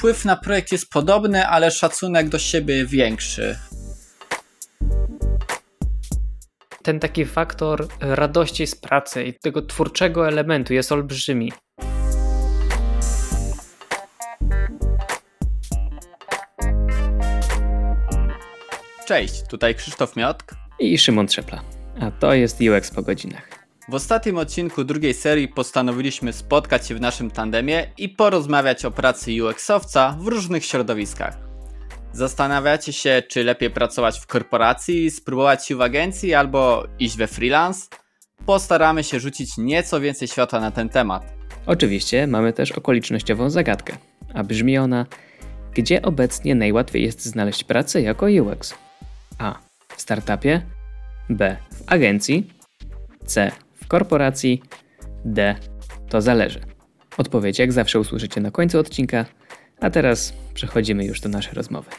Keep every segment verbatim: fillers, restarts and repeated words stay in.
wpływ na projekt jest podobny, ale szacunek do siebie większy. Ten taki faktor radości z pracy i tego twórczego elementu jest olbrzymi. Cześć, tutaj Krzysztof Miotk i Szymon Trzepla, a to jest U X po godzinach. W ostatnim odcinku drugiej serii postanowiliśmy spotkać się w naszym tandemie i porozmawiać o pracy U X-owca w różnych środowiskach. Zastanawiacie się, czy lepiej pracować w korporacji, spróbować się w agencji albo iść we freelance? Postaramy się rzucić nieco więcej światła na ten temat. Oczywiście mamy też okolicznościową zagadkę, a brzmi ona: gdzie obecnie najłatwiej jest znaleźć pracę jako U X? A. W startupie, B. W agencji, C. W korporacji, D. To zależy. Odpowiedź jak zawsze usłyszycie na końcu odcinka, a teraz przechodzimy już do naszej rozmowy.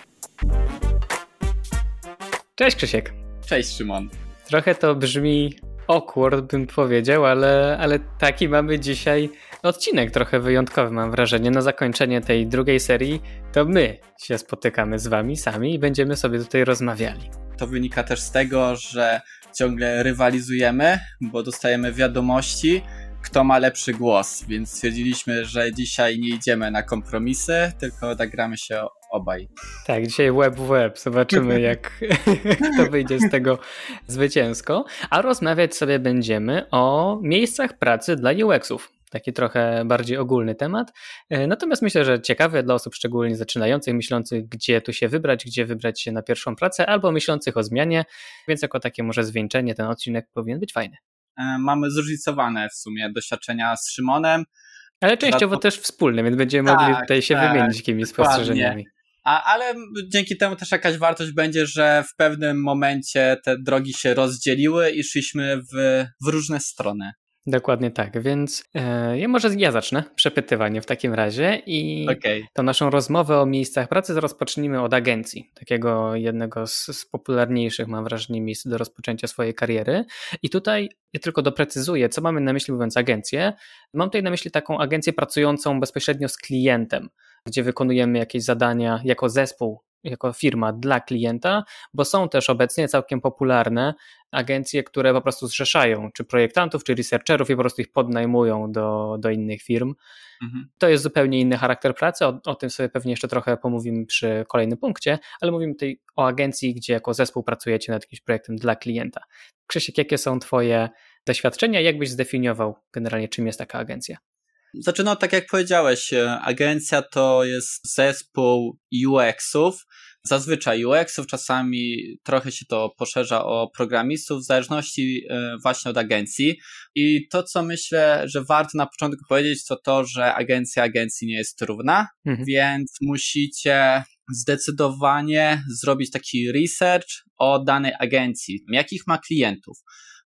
Cześć Krzysiek. Cześć Szymon. Trochę to brzmi awkward, bym powiedział, ale, ale taki mamy dzisiaj odcinek trochę wyjątkowy, mam wrażenie. Na zakończenie tej drugiej serii to my się spotykamy z wami sami i będziemy sobie tutaj rozmawiali. To wynika też z tego, że ciągle rywalizujemy, bo dostajemy wiadomości, kto ma lepszy głos, więc stwierdziliśmy, że dzisiaj nie idziemy na kompromisy, tylko nagramy się obaj. Tak, dzisiaj web w web, zobaczymy jak kto wyjdzie z tego zwycięsko, a rozmawiać sobie będziemy o miejscach pracy dla U X-ów. Taki trochę bardziej ogólny temat, natomiast myślę, że ciekawy dla osób szczególnie zaczynających, myślących gdzie tu się wybrać, gdzie wybrać się na pierwszą pracę, albo myślących o zmianie, więc jako takie może zwieńczenie ten odcinek powinien być fajny. Mamy zróżnicowane w sumie doświadczenia z Szymonem. Ale częściowo to... też wspólne, więc będziemy tak, mogli tutaj się tak, wymienić jakimiś spostrzeżeniami. A, ale dzięki temu też jakaś wartość będzie, że w pewnym momencie te drogi się rozdzieliły i szliśmy w, w różne strony. Dokładnie tak, więc e, ja może ja zacznę przepytywanie w takim razie i okay. Tą naszą rozmowę o miejscach pracy rozpocznijmy od agencji, takiego jednego z, z popularniejszych, mam wrażenie, miejsc do rozpoczęcia swojej kariery. I tutaj ja tylko doprecyzuję, co mamy na myśli mówiąc agencję. Mam tutaj na myśli taką agencję pracującą bezpośrednio z klientem, gdzie wykonujemy jakieś zadania jako zespół, jako firma dla klienta, bo są też obecnie całkiem popularne agencje, które po prostu zrzeszają czy projektantów, czy researcherów i po prostu ich podnajmują do, do innych firm. Mhm. To jest zupełnie inny charakter pracy, o, o tym sobie pewnie jeszcze trochę pomówimy przy kolejnym punkcie, ale mówimy tutaj o agencji, gdzie jako zespół pracujecie nad jakimś projektem dla klienta. Krzysiek, jakie są twoje doświadczenia? Jak byś zdefiniował generalnie, czym jest taka agencja? Znaczy, no tak jak powiedziałeś, agencja to jest zespół U X-ów, zazwyczaj U X-ów, czasami trochę się to poszerza o programistów, w zależności właśnie od agencji. I to, co myślę, że warto na początku powiedzieć, to to, że agencja agencji nie jest równa, mhm. więc musicie zdecydowanie zrobić taki research o danej agencji, jakich ma klientów,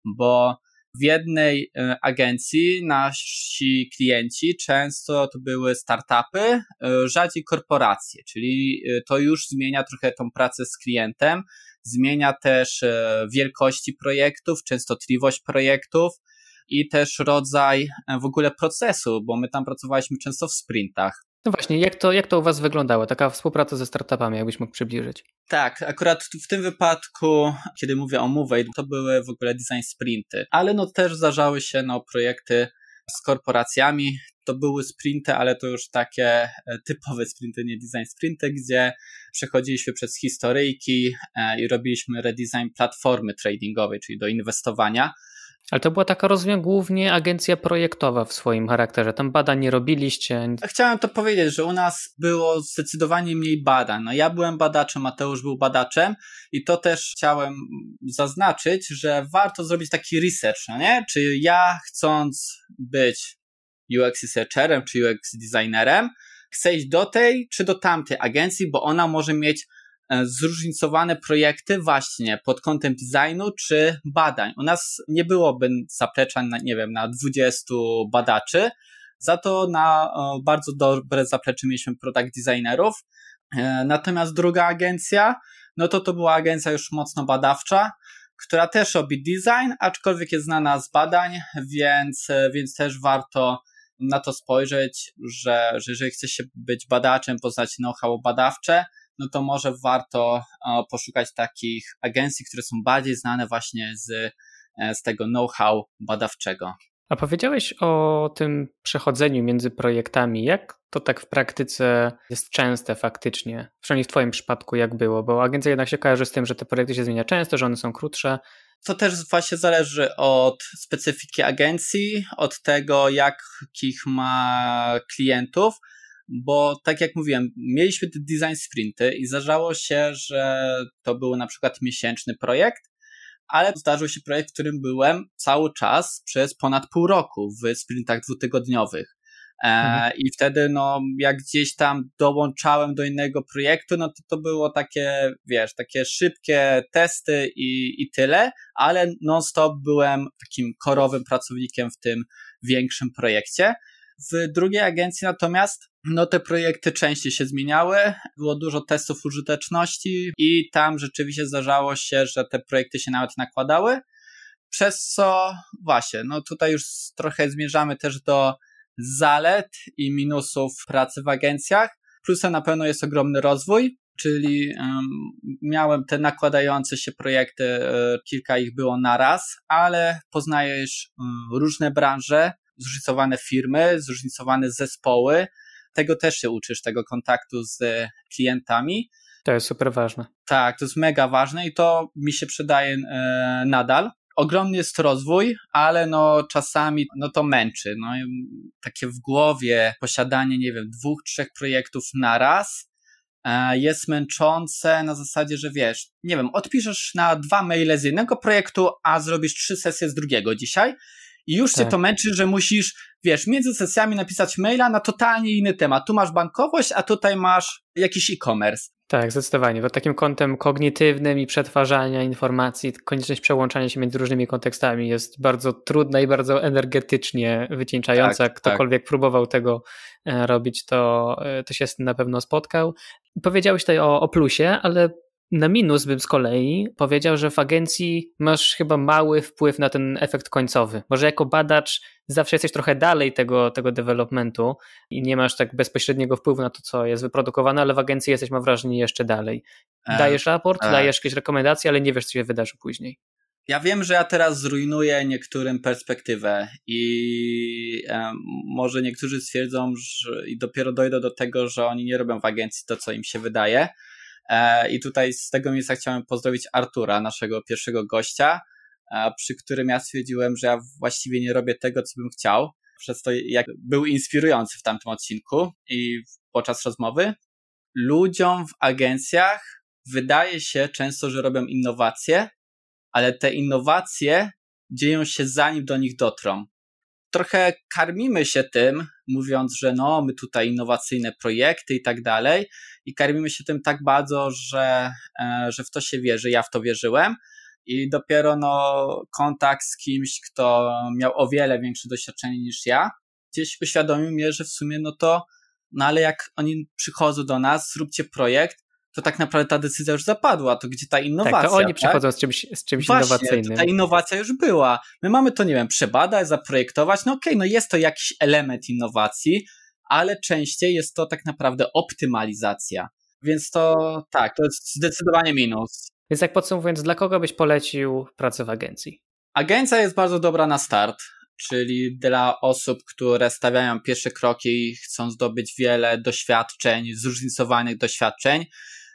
bo w jednej agencji nasi klienci często to były startupy, rzadziej korporacje, czyli to już zmienia trochę tą pracę z klientem, zmienia też wielkości projektów, częstotliwość projektów i też rodzaj w ogóle procesu, bo my tam pracowaliśmy często w sprintach. No właśnie, jak to, jak to u was wyglądało? Taka współpraca ze startupami, jakbyś mógł przybliżyć? Tak, akurat w tym wypadku, kiedy mówię o Move, to były w ogóle design sprinty, ale no też zdarzały się no projekty z korporacjami. To były sprinty, ale to już takie typowe sprinty, nie design sprinty, gdzie przechodziliśmy przez historyjki i robiliśmy redesign platformy tradingowej, czyli do inwestowania. Ale to była taka, rozumiem, głównie agencja projektowa w swoim charakterze. Tam badań nie robiliście. Chciałem to powiedzieć, że u nas było zdecydowanie mniej badań. No ja byłem badaczem, Mateusz był badaczem i to też chciałem zaznaczyć, że warto zrobić taki research, no nie? Czy ja chcąc być U X researcherem czy U X designerem chcę iść do tej czy do tamtej agencji, bo ona może mieć zróżnicowane projekty właśnie pod kątem designu czy badań. U nas nie byłoby zaplecza na, nie wiem, na dwudziestu badaczy, za to na o, bardzo dobre zaplecze mieliśmy product designerów. E, natomiast druga agencja, no to to była agencja już mocno badawcza, która też robi design, aczkolwiek jest znana z badań, więc, więc też warto na to spojrzeć, że, że jeżeli chcesz się być badaczem, poznać know-how badawcze, no to może warto poszukać takich agencji, które są bardziej znane właśnie z, z tego know-how badawczego. A powiedziałeś o tym przechodzeniu między projektami. Jak to tak w praktyce jest częste faktycznie? Przynajmniej w twoim przypadku jak było? Bo agencja jednak się kojarzy z tym, że te projekty się zmienia często, że one są krótsze. To też właśnie zależy od specyfiki agencji, od tego jakich ma klientów, bo tak jak mówiłem, mieliśmy te design sprinty i zdarzało się, że to był na przykład miesięczny projekt, ale zdarzył się projekt, w którym byłem cały czas przez ponad pół roku w sprintach dwutygodniowych. Mhm. E, I wtedy, no, jak gdzieś tam dołączałem do innego projektu, no to to było takie, wiesz, takie szybkie testy i, i tyle, ale non-stop byłem takim korowym pracownikiem w tym większym projekcie. W drugiej agencji natomiast, no te projekty częściej się zmieniały, było dużo testów użyteczności i tam rzeczywiście zdarzało się, że te projekty się nawet nakładały, przez co właśnie, no tutaj już trochę zmierzamy też do zalet i minusów pracy w agencjach. Plusem na pewno jest ogromny rozwój, czyli um, miałem te nakładające się projekty, y, kilka ich było na raz, ale poznajesz y, różne branże, zróżnicowane firmy, zróżnicowane zespoły. Tego też się uczysz, tego kontaktu z klientami. To jest super ważne. Tak, to jest mega ważne i to mi się przydaje e, nadal. Ogromny jest rozwój, ale no czasami no to męczy. No, takie w głowie posiadanie, nie wiem, dwóch, trzech projektów na raz e, jest męczące na zasadzie, że wiesz, nie wiem, odpiszesz na dwa maile z jednego projektu, a zrobisz trzy sesje z drugiego dzisiaj. I już tak cię to męczy, że musisz, wiesz, między sesjami napisać maila na totalnie inny temat. Tu masz bankowość, a tutaj masz jakiś e-commerce. Tak, zdecydowanie. Pod takim kątem kognitywnym i przetwarzania informacji, konieczność przełączania się między różnymi kontekstami jest bardzo trudna i bardzo energetycznie wycieńczająca. Tak, Ktokolwiek tak. próbował tego robić, to, to się z tym na pewno spotkał. Powiedziałeś tutaj o, o plusie, ale na minus bym z kolei powiedział, że w agencji masz chyba mały wpływ na ten efekt końcowy. Może jako badacz zawsze jesteś trochę dalej tego, tego developmentu i nie masz tak bezpośredniego wpływu na to, co jest wyprodukowane, ale w agencji jesteś, mam wrażenie, jeszcze dalej. Dajesz raport, e, dajesz jakieś rekomendacje, ale nie wiesz, co się wydarzy później. Ja wiem, że ja teraz zrujnuję niektórym perspektywę i e, może niektórzy stwierdzą, że i dopiero dojdą do tego, że oni nie robią w agencji to, co im się wydaje. I tutaj z tego miejsca chciałem pozdrowić Artura, naszego pierwszego gościa, przy którym ja stwierdziłem, że ja właściwie nie robię tego, co bym chciał. Przez to, jak był inspirujący w tamtym odcinku i podczas rozmowy. Ludziom w agencjach wydaje się często, że robią innowacje, ale te innowacje dzieją się zanim do nich dotrą. Trochę karmimy się tym, mówiąc, że no, my tutaj innowacyjne projekty i tak dalej i karmimy się tym tak bardzo, że, że w to się wierzy, ja w to wierzyłem i dopiero no, kontakt z kimś, kto miał o wiele większe doświadczenie niż ja, gdzieś uświadomił mnie, że w sumie no to, no ale jak oni przychodzą do nas, zróbcie projekt, to tak naprawdę ta decyzja już zapadła, to gdzie ta innowacja? Tak, to oni tak? przychodzą z czymś, z czymś Właśnie, innowacyjnym. Ta innowacja już była. My mamy to, nie wiem, przebadać, zaprojektować, no okej, okay, no jest to jakiś element innowacji, ale częściej jest to tak naprawdę optymalizacja. Więc to tak, to jest zdecydowanie minus. Więc jak podsumowując, dla kogo byś polecił pracę w agencji? Agencja jest bardzo dobra na start, czyli dla osób, które stawiają pierwsze kroki i chcą zdobyć wiele doświadczeń, zróżnicowanych doświadczeń,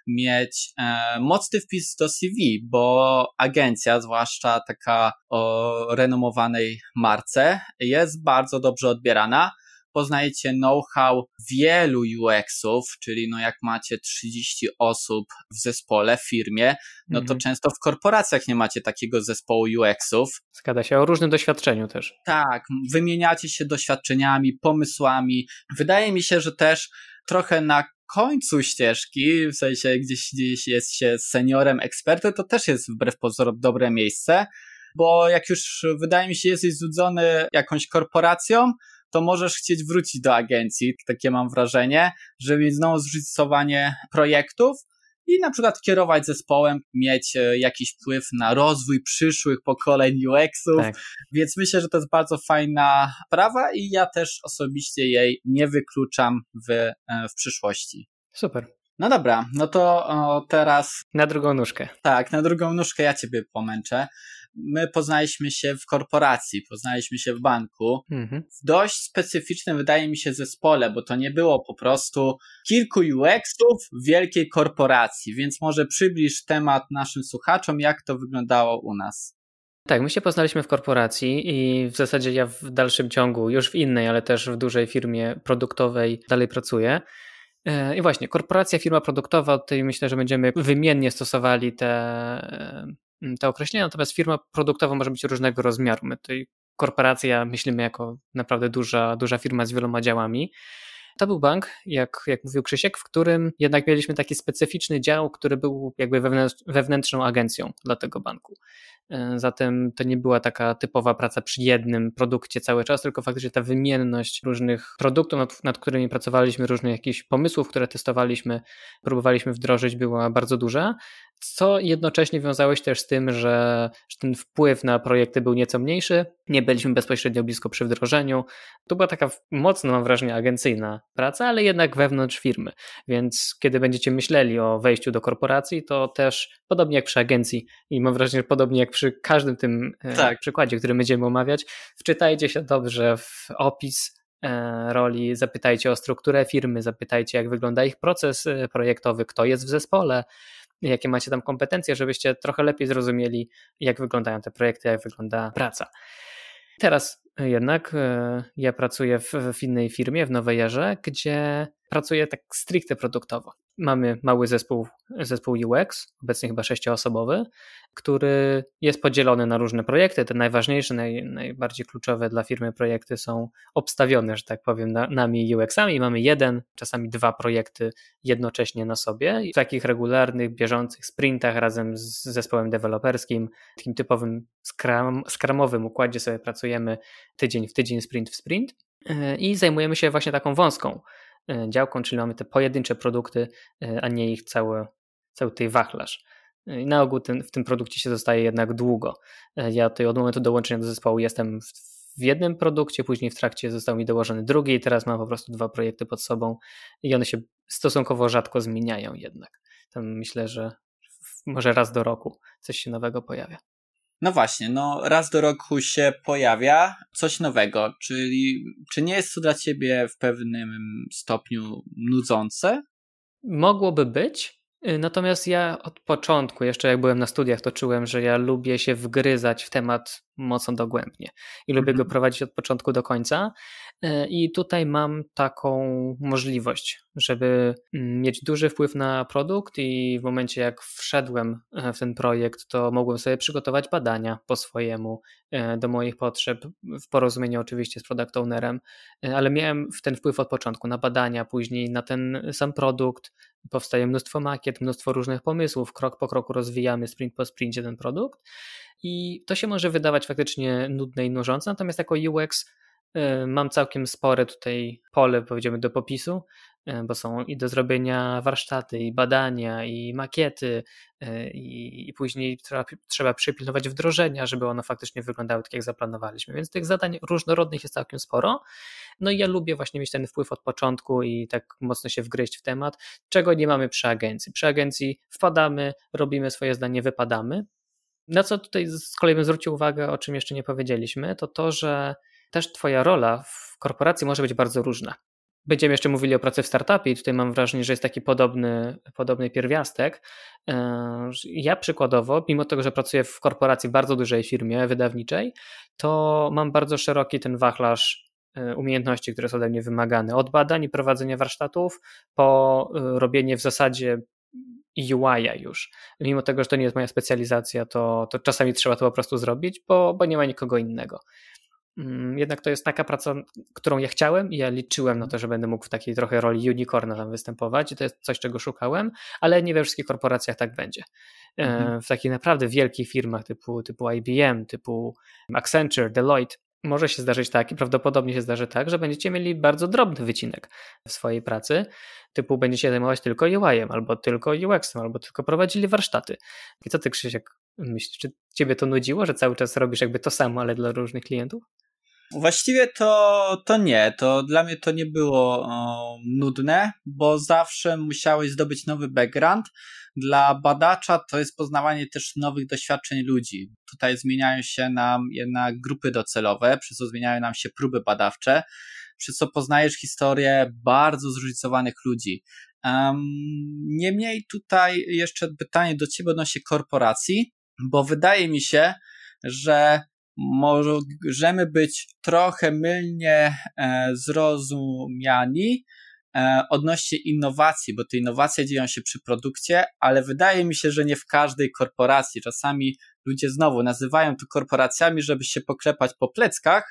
mieć e, mocny wpis do C V, bo agencja, zwłaszcza taka o renomowanej marce, jest bardzo dobrze odbierana. Poznajecie know-how wielu U X-ów, czyli no jak macie trzydzieści osób w zespole, w firmie, no to mm-hmm. często w korporacjach nie macie takiego zespołu U X-ów. Zgadza się, o różnym doświadczeniu też. Tak, wymieniacie się doświadczeniami, pomysłami. Wydaje mi się, że też trochę na końcu ścieżki, w sensie gdzieś, gdzieś jest się seniorem, ekspertem, to też jest wbrew pozorom dobre miejsce, bo jak już wydaje mi się jesteś znudzony jakąś korporacją, to możesz chcieć wrócić do agencji, takie mam wrażenie, żeby mieć znowu zróżnicowanie projektów i na przykład kierować zespołem, mieć jakiś wpływ na rozwój przyszłych pokoleń U X-ów, tak. Więc myślę, że to jest bardzo fajna sprawa i ja też osobiście jej nie wykluczam w, w przyszłości. Super. No dobra, no to o, teraz... Na drugą nóżkę. Tak, na drugą nóżkę ja ciebie pomęczę. My poznaliśmy się w korporacji, poznaliśmy się w banku, mhm. w dość specyficznym, wydaje mi się, zespole, bo to nie było po prostu kilku U X-ów w wielkiej korporacji, więc może przybliż temat naszym słuchaczom, jak to wyglądało u nas. Tak, my się poznaliśmy w korporacji i w zasadzie ja w dalszym ciągu, już w innej, ale też w dużej firmie produktowej dalej pracuję. I właśnie, korporacja, firma produktowa, tutaj myślę, że będziemy wymiennie stosowali te, te określenia, natomiast firma produktowa może być różnego rozmiaru. My tutaj korporacja myślimy jako naprawdę duża, duża firma z wieloma działami. To był bank, jak, jak mówił Krzysiek, w którym jednak mieliśmy taki specyficzny dział, który był jakby wewnętrzną agencją dla tego banku. Zatem to nie była taka typowa praca przy jednym produkcie cały czas, tylko faktycznie ta wymienność różnych produktów, nad, nad którymi pracowaliśmy, różnych jakichś pomysłów, które testowaliśmy, próbowaliśmy wdrożyć, była bardzo duża, co jednocześnie wiązało się też z tym, że, że ten wpływ na projekty był nieco mniejszy, nie byliśmy bezpośrednio blisko przy wdrożeniu. To była taka mocno, mam wrażenie, agencyjna praca, ale jednak wewnątrz firmy, więc kiedy będziecie myśleli o wejściu do korporacji, to też podobnie jak przy agencji i mam wrażenie, że podobnie jak przy każdym tym tak. przykładzie, który będziemy omawiać, wczytajcie się dobrze w opis roli, zapytajcie o strukturę firmy, zapytajcie, jak wygląda ich proces projektowy, kto jest w zespole, jakie macie tam kompetencje, żebyście trochę lepiej zrozumieli, jak wyglądają te projekty, jak wygląda praca. Teraz jednak ja pracuję w, w innej firmie, w Nowej Jarze, gdzie pracuję tak stricte produktowo. Mamy mały zespół, zespół U X, obecnie chyba sześcioosobowy, który jest podzielony na różne projekty. Te najważniejsze, naj, najbardziej kluczowe dla firmy projekty są obstawione, że tak powiem, na, nami U X-ami. Mamy jeden, czasami dwa projekty jednocześnie na sobie. I w takich regularnych, bieżących sprintach razem z zespołem deweloperskim, takim typowym scrum, scrumowym układzie sobie pracujemy tydzień w tydzień, sprint w sprint i zajmujemy się właśnie taką wąską działką, czyli mamy te pojedyncze produkty, a nie ich cały, cały tej wachlarz. I na ogół ten, w tym produkcie się zostaje jednak długo. Ja tutaj od momentu dołączenia do zespołu jestem w, w jednym produkcie, później w trakcie został mi dołożony drugi i teraz mam po prostu dwa projekty pod sobą i one się stosunkowo rzadko zmieniają jednak. Tam myślę, że może raz do roku coś się nowego pojawia. No właśnie, no raz do roku się pojawia coś nowego, czyli czy nie jest to dla ciebie w pewnym stopniu nudzące? Mogłoby być, natomiast ja od początku, jeszcze jak byłem na studiach, to czułem, że ja lubię się wgryzać w temat mocno dogłębnie i lubię mhm. go prowadzić od początku do końca i tutaj mam taką możliwość, żeby mieć duży wpływ na produkt i w momencie jak wszedłem w ten projekt, to mogłem sobie przygotować badania po swojemu do moich potrzeb, w porozumieniu oczywiście z product ownerem, ale miałem ten wpływ od początku na badania, później na ten sam produkt, powstaje mnóstwo makiet, mnóstwo różnych pomysłów, krok po kroku rozwijamy sprint po sprincie ten produkt i to się może wydawać faktycznie nudne i nużące, natomiast jako U X y, mam całkiem spore tutaj pole, powiedziemy, do popisu, y, bo są i do zrobienia warsztaty, i badania, i makiety, y, i, i później trzeba, trzeba przypilnować wdrożenia, żeby one faktycznie wyglądały tak, jak zaplanowaliśmy, więc tych zadań różnorodnych jest całkiem sporo. No i ja lubię właśnie mieć ten wpływ od początku i tak mocno się wgryźć w temat, czego nie mamy przy agencji. Przy agencji wpadamy, robimy swoje zdanie, wypadamy. Na co tutaj z kolei bym zwrócił uwagę, o czym jeszcze nie powiedzieliśmy, to to, że też twoja rola w korporacji może być bardzo różna. Będziemy jeszcze mówili o pracy w startupie i tutaj mam wrażenie, że jest taki podobny, podobny pierwiastek. Ja przykładowo, mimo tego, że pracuję w korporacji, w bardzo dużej firmie wydawniczej, to mam bardzo szeroki ten wachlarz umiejętności, które są ode mnie wymagane. Od badań i prowadzenia warsztatów po robienie w zasadzie U I a już. Mimo tego, że to nie jest moja specjalizacja, to, to czasami trzeba to po prostu zrobić, bo, bo nie ma nikogo innego. Jednak to jest taka praca, którą ja chciałem i ja liczyłem na to, że będę mógł w takiej trochę roli unicorna tam występować i to jest coś, czego szukałem, ale nie we wszystkich korporacjach tak będzie. Mhm. W takich naprawdę wielkich firmach typu, typu I B M, typu Accenture, Deloitte, może się zdarzyć tak i prawdopodobnie się zdarzy tak, że będziecie mieli bardzo drobny wycinek w swojej pracy, typu będziecie zajmować tylko U I-em, albo tylko U X-em, albo tylko prowadzili warsztaty. I co ty, Krzysiek, myślisz, czy ciebie to nudziło, że cały czas robisz jakby to samo, ale dla różnych klientów? Właściwie to, to nie, to dla mnie to nie było o, nudne, bo zawsze musiałeś zdobyć nowy background. Dla badacza to jest poznawanie też nowych doświadczeń ludzi. Tutaj zmieniają się nam jednak grupy docelowe, przez co zmieniają nam się próby badawcze, przez co poznajesz historię bardzo zróżnicowanych ludzi. Um, niemniej tutaj jeszcze pytanie do ciebie odnośnie korporacji, bo wydaje mi się, że możemy być trochę mylnie e, zrozumiani e, odnośnie innowacji, bo te innowacje dzieją się przy produkcie, ale wydaje mi się, że nie w każdej korporacji. Czasami ludzie znowu nazywają to korporacjami, żeby się poklepać po pleckach,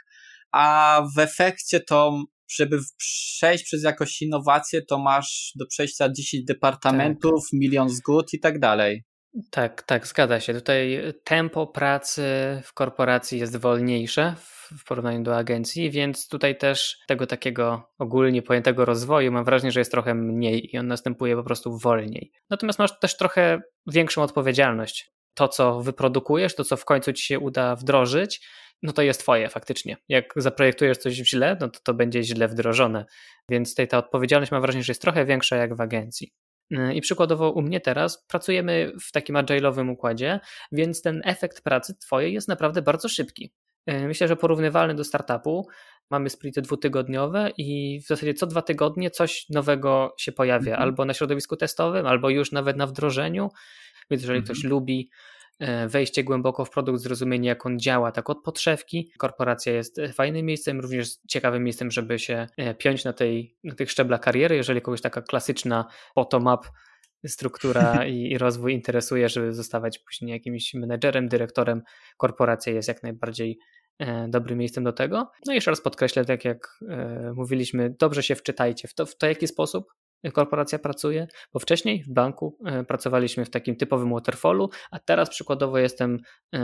a w efekcie to, żeby przejść przez jakąś innowację, to masz do przejścia dziesięć departamentów, tak. milion zgód i tak dalej. Tak, tak, zgadza się. Tutaj tempo pracy w korporacji jest wolniejsze w porównaniu do agencji, więc tutaj też tego takiego ogólnie pojętego rozwoju mam wrażenie, że jest trochę mniej i on następuje po prostu wolniej. Natomiast masz też trochę większą odpowiedzialność. To, co wyprodukujesz, to, co w końcu ci się uda wdrożyć, no to jest twoje faktycznie. Jak zaprojektujesz coś źle, no to to będzie źle wdrożone. Więc tutaj ta odpowiedzialność mam wrażenie, że jest trochę większa jak w agencji. I przykładowo u mnie teraz pracujemy w takim agile'owym układzie, więc ten efekt pracy twojej jest naprawdę bardzo szybki. Myślę, że porównywalny do startupu. Mamy splity dwutygodniowe i w zasadzie co dwa tygodnie coś nowego się pojawia, mhm. albo na środowisku testowym, albo już nawet na wdrożeniu. Więc jeżeli mhm. ktoś lubi wejście głęboko w produkt, zrozumienie jak on działa, tak od podszewki. Korporacja jest fajnym miejscem, również ciekawym miejscem, żeby się piąć na, tej, na tych szczeblach kariery, jeżeli kogoś taka klasyczna bottom-up struktura i, i rozwój interesuje, żeby zostawać później jakimś menedżerem, dyrektorem. Korporacja jest jak najbardziej e, dobrym miejscem do tego. No i jeszcze raz podkreślę, tak jak e, mówiliśmy, dobrze się wczytajcie w to, w to, jaki sposób korporacja pracuje, bo wcześniej w banku pracowaliśmy w takim typowym waterfallu, a teraz przykładowo jestem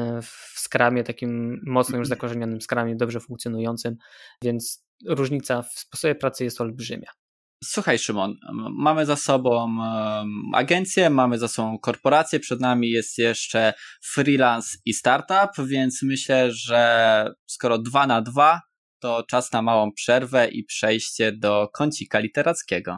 w Scrumie, takim mocno już zakorzenionym Scrumie, dobrze funkcjonującym, więc różnica w sposobie pracy jest olbrzymia. Słuchaj, Szymon, mamy za sobą agencję, mamy za sobą korporację, przed nami jest jeszcze freelance i startup, więc myślę, że skoro dwa na dwa, to czas na małą przerwę i przejście do kącika literackiego.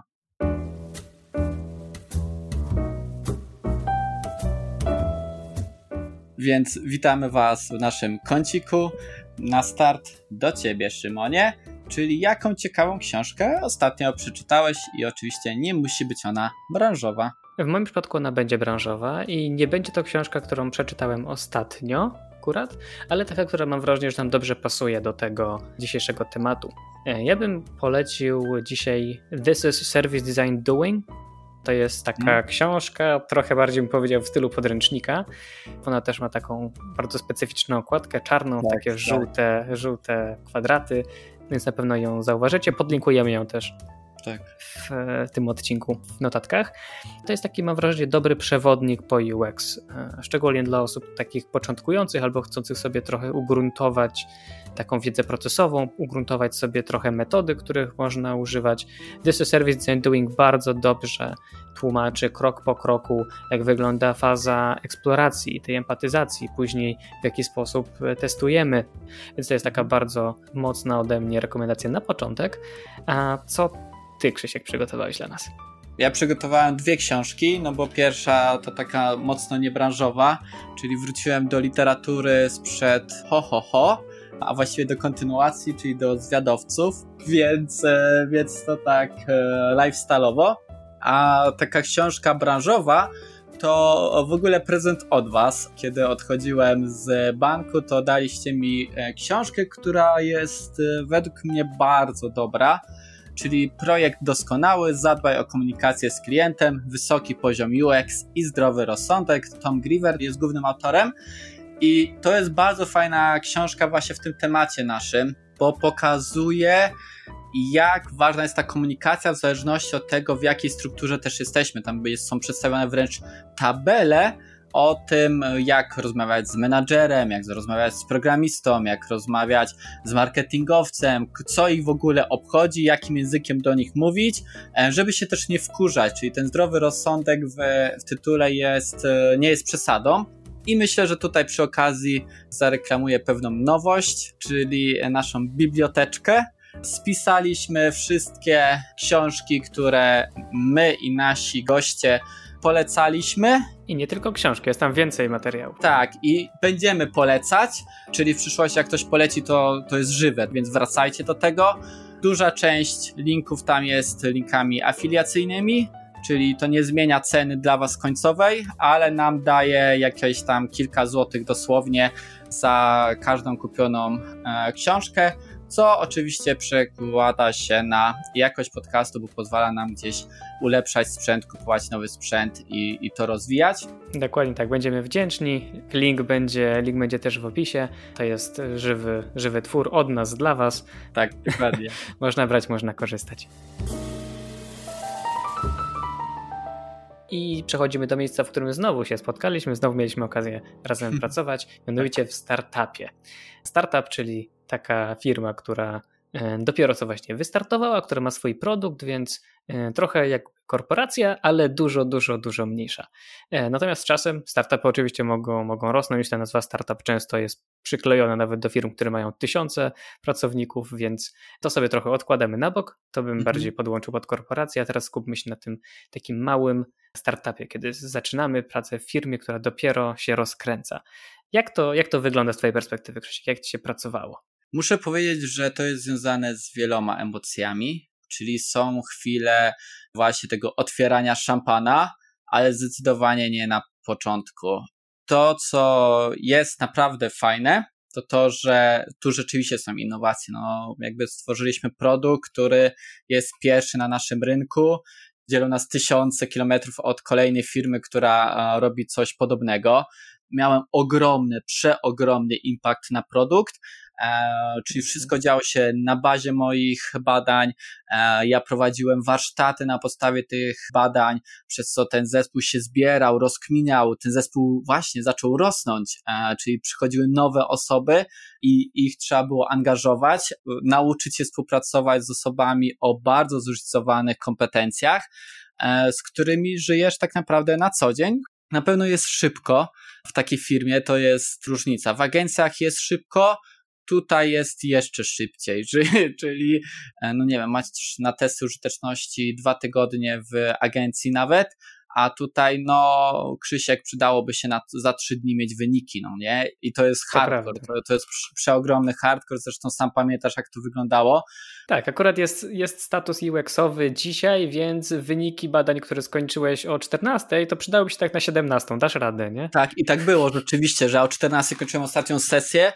Więc witamy Was w naszym kąciku. Na start do Ciebie, Szymonie, czyli jaką ciekawą książkę ostatnio przeczytałeś i oczywiście nie musi być ona branżowa. W moim przypadku ona będzie branżowa i nie będzie to książka, którą przeczytałem ostatnio akurat, ale taka, która mam wrażenie, że nam dobrze pasuje do tego dzisiejszego tematu. Ja bym polecił dzisiaj This is Service Design Doing. To jest taka hmm. książka, trochę bardziej bym powiedział w stylu podręcznika. Ona też ma taką bardzo specyficzną okładkę, czarną, tak, takie tak. żółte, żółte kwadraty, więc na pewno ją zauważycie. Podlinkujemy ją też tak. w, w tym odcinku w notatkach. To jest taki, mam wrażenie, dobry przewodnik po U X, szczególnie dla osób takich początkujących albo chcących sobie trochę ugruntować taką wiedzę procesową, ugruntować sobie trochę metody, których można używać. This is Service Design Doing bardzo dobrze tłumaczy krok po kroku, jak wygląda faza eksploracji, tej empatyzacji, później w jaki sposób testujemy. Więc to jest taka bardzo mocna ode mnie rekomendacja na początek. A co ty, Krzysiek, przygotowałeś dla nas? Ja przygotowałem dwie książki, no bo pierwsza to taka mocno niebranżowa, czyli wróciłem do literatury sprzed ho ho ho, a właściwie do kontynuacji, czyli do Zwiadowców, więc, więc to tak lifestyle'owo. A taka książka branżowa to w ogóle prezent od Was. Kiedy odchodziłem z banku, to daliście mi książkę, która jest według mnie bardzo dobra, czyli Projekt doskonały, zadbaj o komunikację z klientem, wysoki poziom U X i zdrowy rozsądek. Tom Griever jest głównym autorem. I to jest bardzo fajna książka właśnie w tym temacie naszym, bo pokazuje, jak ważna jest ta komunikacja w zależności od tego, w jakiej strukturze też jesteśmy. Tam są przedstawione wręcz tabele, o tym, jak rozmawiać z menadżerem, jak rozmawiać z programistą, jak rozmawiać z marketingowcem, co ich w ogóle obchodzi, jakim językiem do nich mówić, żeby się też nie wkurzać, czyli ten zdrowy rozsądek w, w tytule jest, nie jest przesadą. I myślę, że tutaj przy okazji zareklamuję pewną nowość, czyli naszą biblioteczkę. Spisaliśmy wszystkie książki, które my i nasi goście polecaliśmy. I nie tylko książki, jest tam więcej materiałów. Tak, i będziemy polecać, czyli w przyszłości jak ktoś poleci, to, to jest żywe, więc wracajcie do tego. Duża część linków tam jest linkami afiliacyjnymi, czyli to nie zmienia ceny dla was końcowej, ale nam daje jakieś tam kilka złotych dosłownie za każdą kupioną e, książkę, co oczywiście przekłada się na jakość podcastu, bo pozwala nam gdzieś ulepszać sprzęt, kupować nowy sprzęt i, i to rozwijać. Dokładnie tak, będziemy wdzięczni. Link będzie, link będzie też w opisie. To jest żywy, żywy twór od nas dla was. Tak, dokładnie. Można brać, można korzystać. I przechodzimy do miejsca, w którym znowu się spotkaliśmy, znowu mieliśmy okazję razem pracować, mianowicie w startupie. Startup, czyli taka firma, która dopiero co właśnie wystartowała, która ma swój produkt, więc trochę jak korporacja, ale dużo, dużo, dużo mniejsza. Natomiast z czasem startupy oczywiście mogą, mogą rosnąć, ta nazwa startup często jest przyklejona nawet do firm, które mają tysiące pracowników, więc to sobie trochę odkładamy na bok, to bym mhm. bardziej podłączył pod korporację, a teraz skupmy się na tym takim małym startupie, kiedy zaczynamy pracę w firmie, która dopiero się rozkręca. Jak to, jak to wygląda z twojej perspektywy, Krzysiek? Jak ci się pracowało? Muszę powiedzieć, że to jest związane z wieloma emocjami, czyli są chwile właśnie tego otwierania szampana, ale zdecydowanie nie na początku. To, co jest naprawdę fajne, to to, że tu rzeczywiście są innowacje. No, jakby stworzyliśmy produkt, który jest pierwszy na naszym rynku, dzielą nas tysiące kilometrów od kolejnej firmy, która robi coś podobnego. Miałem ogromny, przeogromny impact na produkt, e, czyli wszystko działo się na bazie moich badań, e, ja prowadziłem warsztaty na podstawie tych badań, przez co ten zespół się zbierał, rozkminiał, ten zespół właśnie zaczął rosnąć, e, czyli przychodziły nowe osoby i ich trzeba było angażować, nauczyć się współpracować z osobami o bardzo zróżnicowanych kompetencjach, e, z którymi żyjesz tak naprawdę na co dzień. Na pewno jest szybko w takiej firmie, to jest różnica. W agencjach jest szybko, tutaj jest jeszcze szybciej, czyli, czyli no nie wiem, macie na testy użyteczności dwa tygodnie w agencji nawet, a tutaj no Krzysiek przydałoby się na, za trzy dni mieć wyniki, no nie? I to jest hardcore, to, to jest przeogromny hardcore, zresztą sam pamiętasz jak to wyglądało. Tak, akurat jest, jest status U X-owy dzisiaj, więc wyniki badań, które skończyłeś o czternastej, to przydałoby się tak na siedemnastą, dasz radę, nie? Tak, i tak było rzeczywiście, że o czternastej kończyłem ostatnią sesję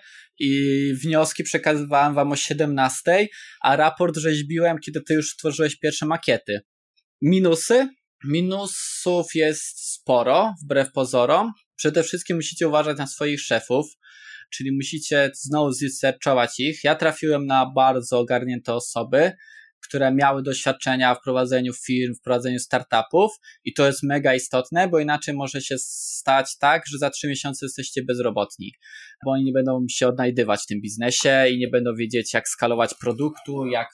i wnioski przekazywałem wam o siedemnastej, a raport rzeźbiłem, kiedy ty już stworzyłeś pierwsze makiety. Minusy? Minusów jest sporo, wbrew pozorom. Przede wszystkim musicie uważać na swoich szefów, czyli musicie znowu zresearchować ich. Ja trafiłem na bardzo ogarnięte osoby, które miały doświadczenia w prowadzeniu firm, w prowadzeniu startupów i to jest mega istotne, bo inaczej może się stać tak, że za trzy miesiące jesteście bezrobotni, bo oni nie będą się odnajdywać w tym biznesie i nie będą wiedzieć jak skalować produktu, jak,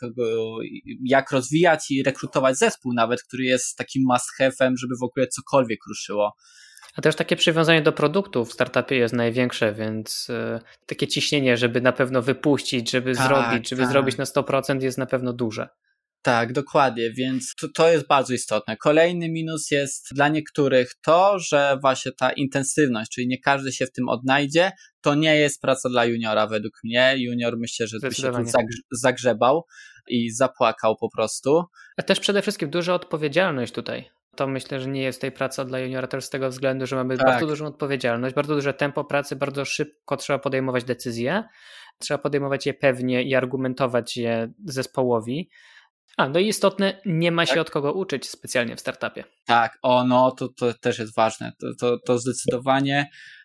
jak rozwijać i rekrutować zespół nawet, który jest takim must have'em, żeby w ogóle cokolwiek ruszyło. A też takie przywiązanie do produktu w startupie jest największe, więc y, takie ciśnienie, żeby na pewno wypuścić, żeby tak, zrobić, żeby tak. zrobić na sto procent jest na pewno duże. Tak, dokładnie, więc to, to jest bardzo istotne. Kolejny minus jest dla niektórych to, że właśnie ta intensywność, czyli nie każdy się w tym odnajdzie, to nie jest praca dla juniora według mnie. Junior myślę, że by się tu zagrzebał i zapłakał po prostu. A też przede wszystkim duża odpowiedzialność tutaj. To myślę, że nie jest tej praca dla juniora też z tego względu, że mamy tak. bardzo dużą odpowiedzialność, bardzo duże tempo pracy, bardzo szybko trzeba podejmować decyzje, trzeba podejmować je pewnie i argumentować je zespołowi. A, no i istotne, nie ma się tak. od kogo uczyć specjalnie w startupie. Tak, o no, to, to też jest ważne, to, to, to zdecydowanie.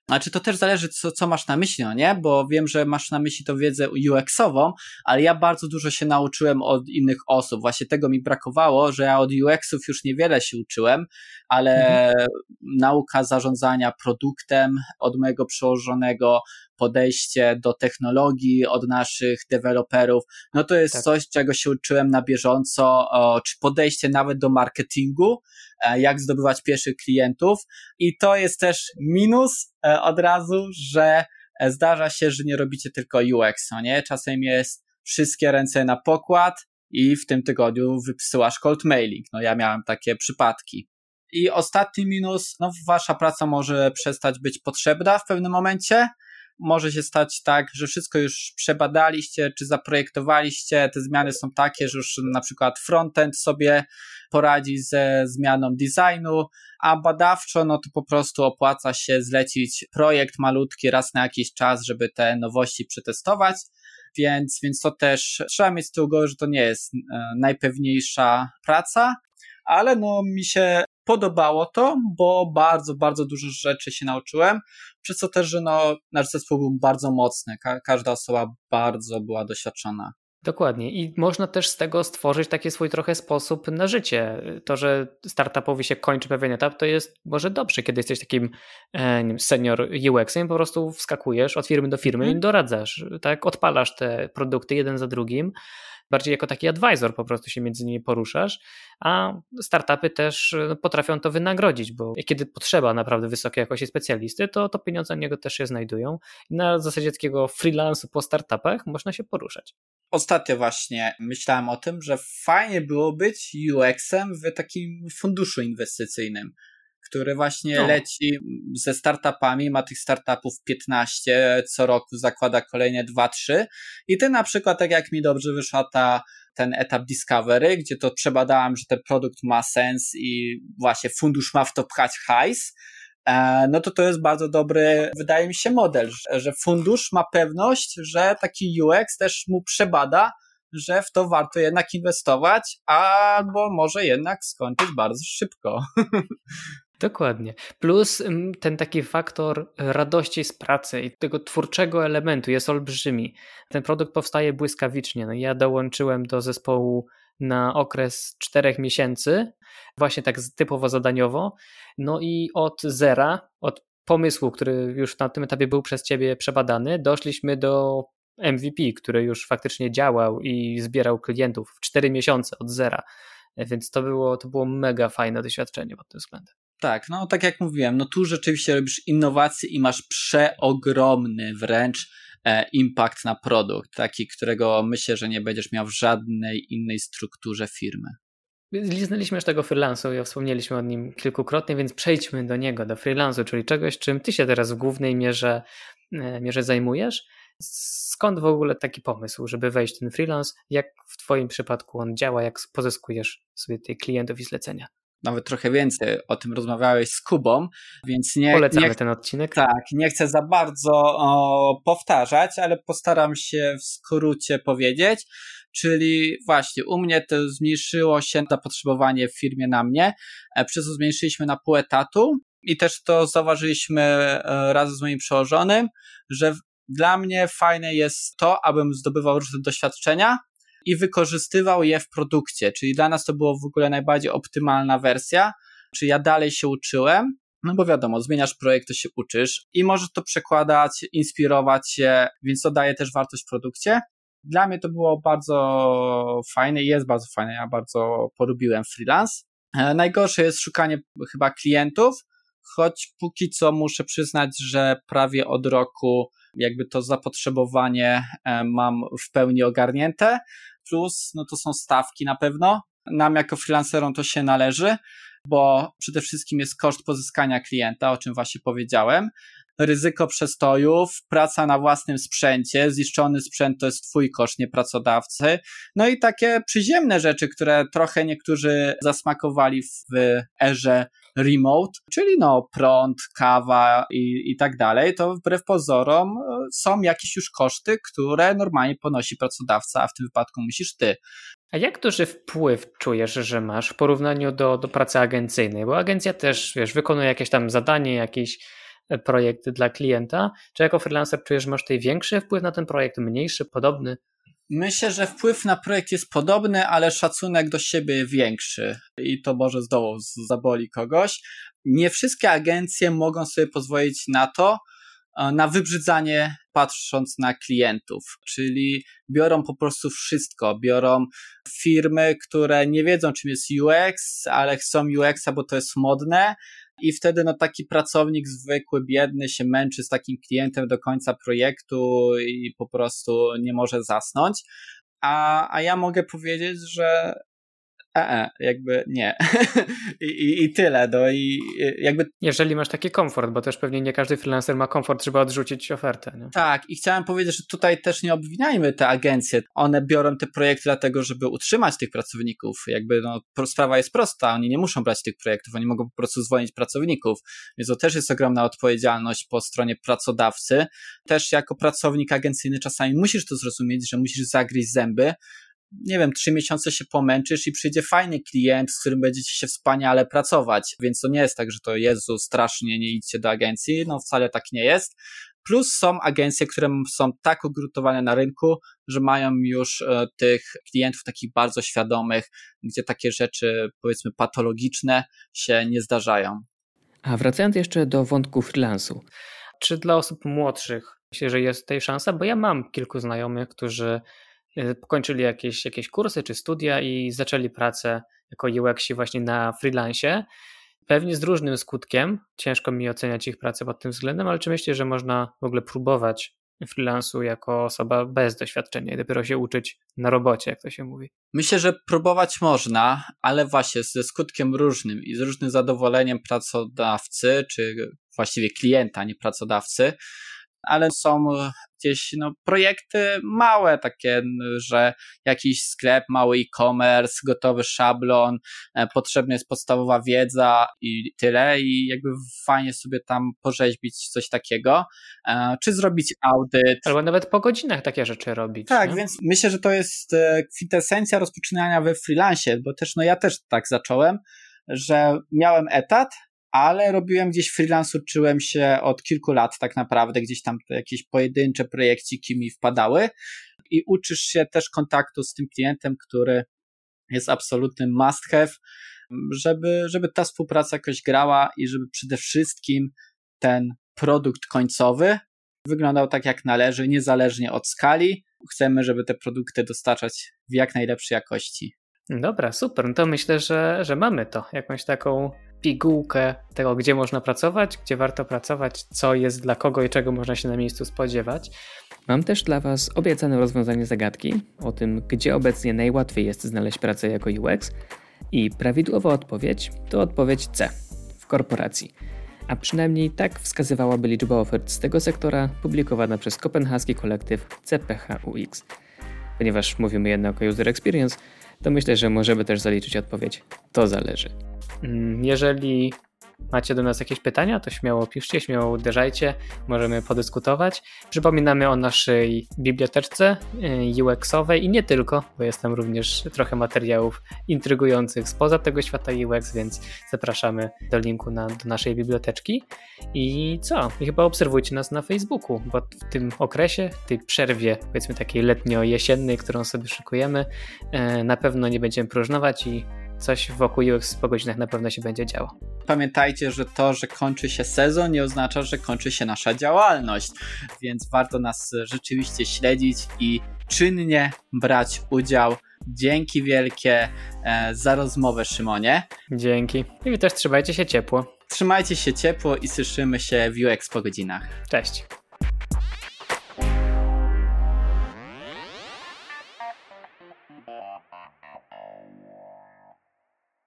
Znaczy to też zależy, co, co masz na myśli, no nie? Bo wiem, że masz na myśli tą wiedzę U X-ową, ale ja bardzo dużo się nauczyłem od innych osób. Właśnie tego mi brakowało, że ja od U X-ów już niewiele się uczyłem, ale mhm. nauka zarządzania produktem od mojego przełożonego, podejście do technologii od naszych deweloperów, no to jest tak. coś, czego się uczyłem na bieżąco, o, czy podejście nawet do marketingu, jak zdobywać pierwszych klientów i to jest też minus od razu, że zdarza się, że nie robicie tylko U X, no nie? Czasem jest wszystkie ręce na pokład i w tym tygodniu wysyłasz cold mailing, no ja miałem takie przypadki. I ostatni minus, no wasza praca może przestać być potrzebna w pewnym momencie, może się stać tak, że wszystko już przebadaliście, czy zaprojektowaliście, te zmiany są takie, że już na przykład frontend sobie poradzi ze zmianą designu, a badawczo no to po prostu opłaca się zlecić projekt malutki raz na jakiś czas, żeby te nowości przetestować, więc, więc to też trzeba mieć z tyłu głowy, że to nie jest najpewniejsza praca, ale no mi się podobało to, bo bardzo, bardzo dużo rzeczy się nauczyłem, przez co też, że no, nasz zespół był bardzo mocny, Ka- każda osoba bardzo była doświadczona. Dokładnie i można też z tego stworzyć taki swój trochę sposób na życie. To, że startupowi się kończy pewien etap, to jest może dobrze, kiedy jesteś takim e, nie wiem, senior U X-em, po prostu wskakujesz od firmy do firmy hmm. i doradzasz, tak? Odpalasz te produkty jeden za drugim, bardziej jako taki advisor po prostu się między nimi poruszasz, a startupy też potrafią to wynagrodzić, bo kiedy potrzeba naprawdę wysokiej jakości specjalisty, to, to pieniądze na niego też się znajdują i na zasadzie takiego freelansu po startupach można się poruszać. Ostatnio właśnie myślałem o tym, że fajnie było być U X-em w takim funduszu inwestycyjnym, który właśnie no. leci ze startupami, ma tych startupów piętnaście, co roku zakłada kolejne dwa trzy i ty na przykład, tak jak mi dobrze wyszła ta, ten etap discovery, gdzie to przebadałem, że ten produkt ma sens i właśnie fundusz ma w to pchać hajs, no to to jest bardzo dobry, wydaje mi się, model, że, że fundusz ma pewność, że taki U X też mu przebada, że w to warto jednak inwestować, albo może jednak skończyć bardzo szybko. Dokładnie. Plus ten taki faktor radości z pracy i tego twórczego elementu jest olbrzymi. Ten produkt powstaje błyskawicznie. No ja dołączyłem do zespołu na okres czterech miesięcy, właśnie tak typowo zadaniowo. No i od zera, od pomysłu, który już na tym etapie był przez ciebie przebadany, doszliśmy do M V P, który już faktycznie działał i zbierał klientów w cztery miesiące od zera. Więc to było, to było mega fajne doświadczenie pod tym względem. Tak, no tak jak mówiłem, no tu rzeczywiście robisz innowacje i masz przeogromny wręcz e, impact na produkt, taki, którego myślę, że nie będziesz miał w żadnej innej strukturze firmy. Liznęliśmy już tego freelansu i wspomnieliśmy o nim kilkukrotnie, więc przejdźmy do niego, do freelansu, czyli czegoś, czym ty się teraz w głównej mierze, e, mierze zajmujesz. Skąd w ogóle taki pomysł, żeby wejść w ten freelance? Jak w twoim przypadku on działa? Jak pozyskujesz sobie tych klientów i zlecenia? Nawet trochę więcej o tym rozmawiałeś z Kubą, więc nie... Polecamy nie, ten odcinek. Tak, nie chcę za bardzo o, powtarzać, ale postaram się w skrócie powiedzieć, czyli właśnie u mnie to zmniejszyło się zapotrzebowanie w firmie na mnie, przez co zmniejszyliśmy na pół etatu i też to zauważyliśmy razem z moim przełożonym, że dla mnie fajne jest to, abym zdobywał różne doświadczenia i wykorzystywał je w produkcie, czyli dla nas to było w ogóle najbardziej optymalna wersja, czyli ja dalej się uczyłem, no bo wiadomo, zmieniasz projekt, to się uczysz i możesz to przekładać, inspirować się, więc to daje też wartość w produkcie. Dla mnie to było bardzo fajne i jest bardzo fajne, ja bardzo polubiłem freelance. Najgorsze jest szukanie chyba klientów, choć póki co muszę przyznać, że prawie od roku jakby to zapotrzebowanie mam w pełni ogarnięte, plus no to są stawki na pewno. Nam jako freelancerom to się należy, bo przede wszystkim jest koszt pozyskania klienta, o czym właśnie powiedziałem, ryzyko przestojów, praca na własnym sprzęcie, zniszczony sprzęt to jest twój koszt, nie pracodawcy, no i takie przyziemne rzeczy, które trochę niektórzy zasmakowali w erze remote, czyli no prąd, kawa i, i tak dalej, to wbrew pozorom są jakieś już koszty, które normalnie ponosi pracodawca, a w tym wypadku musisz ty. A jak duży wpływ czujesz, że masz w porównaniu do, do pracy agencyjnej? Bo agencja też, wiesz, wykonuje jakieś tam zadanie, jakiś projekt dla klienta? Czy jako freelancer czujesz, że masz tutaj większy wpływ na ten projekt, mniejszy, podobny? Myślę, że wpływ na projekt jest podobny, ale szacunek do siebie większy i to może znowu zaboli kogoś. Nie wszystkie agencje mogą sobie pozwolić na to, na wybrzydzanie patrząc na klientów, czyli biorą po prostu wszystko, biorą firmy, które nie wiedzą czym jest U X, ale chcą U X-a, bo to jest modne i wtedy no taki pracownik zwykły, biedny się męczy z takim klientem do końca projektu i po prostu nie może zasnąć, a, a ja mogę powiedzieć, że E, e, jakby nie. I, i, I tyle. No i jakby... Jeżeli masz taki komfort, bo też pewnie nie każdy freelancer ma komfort, żeby odrzucić ofertę. Nie? Tak, i chciałem powiedzieć, że tutaj też nie obwiniajmy te agencje. One biorą te projekty dlatego, żeby utrzymać tych pracowników. Jakby no, sprawa jest prosta, oni nie muszą brać tych projektów, oni mogą po prostu zwolnić pracowników. Więc to też jest ogromna odpowiedzialność po stronie pracodawcy. Też jako pracownik agencyjny czasami musisz to zrozumieć, że musisz zagryźć zęby, nie wiem, trzy miesiące się pomęczysz i przyjdzie fajny klient, z którym będziecie się wspaniale pracować, więc to nie jest tak, że to Jezu, strasznie, nie idźcie do agencji, no wcale tak nie jest. Plus są agencje, które są tak ugrutowane na rynku, że mają już e, tych klientów takich bardzo świadomych, gdzie takie rzeczy, powiedzmy, patologiczne się nie zdarzają. A wracając jeszcze do wątku freelansu, czy dla osób młodszych myślę, że jest tutaj szansa, bo ja mam kilku znajomych, którzy pokończyli jakieś, jakieś kursy czy studia i zaczęli pracę jako U X-i właśnie na freelancie. Pewnie z różnym skutkiem, ciężko mi oceniać ich pracę pod tym względem, ale czy myślisz, że można w ogóle próbować freelansu jako osoba bez doświadczenia i dopiero się uczyć na robocie, jak to się mówi? Myślę, że próbować można, ale właśnie ze skutkiem różnym i z różnym zadowoleniem pracodawcy, czy właściwie klienta, nie pracodawcy, ale są gdzieś no, projekty małe, takie, że jakiś sklep, mały e-commerce, gotowy szablon, potrzebna jest podstawowa wiedza i tyle i jakby fajnie sobie tam porzeźbić coś takiego, czy zrobić audyt. Albo nawet po godzinach takie rzeczy robić. Tak, nie? Więc myślę, że to jest kwintesencja rozpoczynania we freelancie, bo też no ja też tak zacząłem, że miałem etat, ale robiłem gdzieś freelance, uczyłem się od kilku lat tak naprawdę, gdzieś tam jakieś pojedyncze projekciki mi wpadały i uczysz się też kontaktu z tym klientem, który jest absolutnym must have, żeby, żeby ta współpraca jakoś grała i żeby przede wszystkim ten produkt końcowy wyglądał tak jak należy, niezależnie od skali. Chcemy, żeby te produkty dostarczać w jak najlepszej jakości. Dobra, super. No to myślę, że, że mamy to. Jakąś taką pigułkę tego, gdzie można pracować, gdzie warto pracować, co jest dla kogo i czego można się na miejscu spodziewać. Mam też dla Was obiecane rozwiązanie zagadki o tym, gdzie obecnie najłatwiej jest znaleźć pracę jako U X i prawidłowa odpowiedź to odpowiedź C, w korporacji. A przynajmniej tak wskazywałaby liczba ofert z tego sektora publikowana przez kopenhaski kolektyw C P H U X. Ponieważ mówimy jednak o User Experience, to myślę, że możemy też zaliczyć odpowiedź to zależy. Jeżeli macie do nas jakieś pytania, to śmiało piszcie, śmiało uderzajcie, możemy podyskutować. Przypominamy o naszej biblioteczce U X-owej i nie tylko, bo jest tam również trochę materiałów intrygujących spoza tego świata U X, więc zapraszamy do linku na, do naszej biblioteczki. I co? I chyba obserwujcie nas na Facebooku, bo w tym okresie, w tej przerwie, powiedzmy takiej letnio-jesiennej, którą sobie szykujemy, na pewno nie będziemy próżnować i coś wokół U X po godzinach na pewno się będzie działo. Pamiętajcie, że to, że kończy się sezon, nie oznacza, że kończy się nasza działalność, więc warto nas rzeczywiście śledzić i czynnie brać udział. Dzięki wielkie e, za rozmowę, Szymonie. Dzięki. I wy też trzymajcie się ciepło. Trzymajcie się ciepło i słyszymy się w U X po godzinach. Cześć.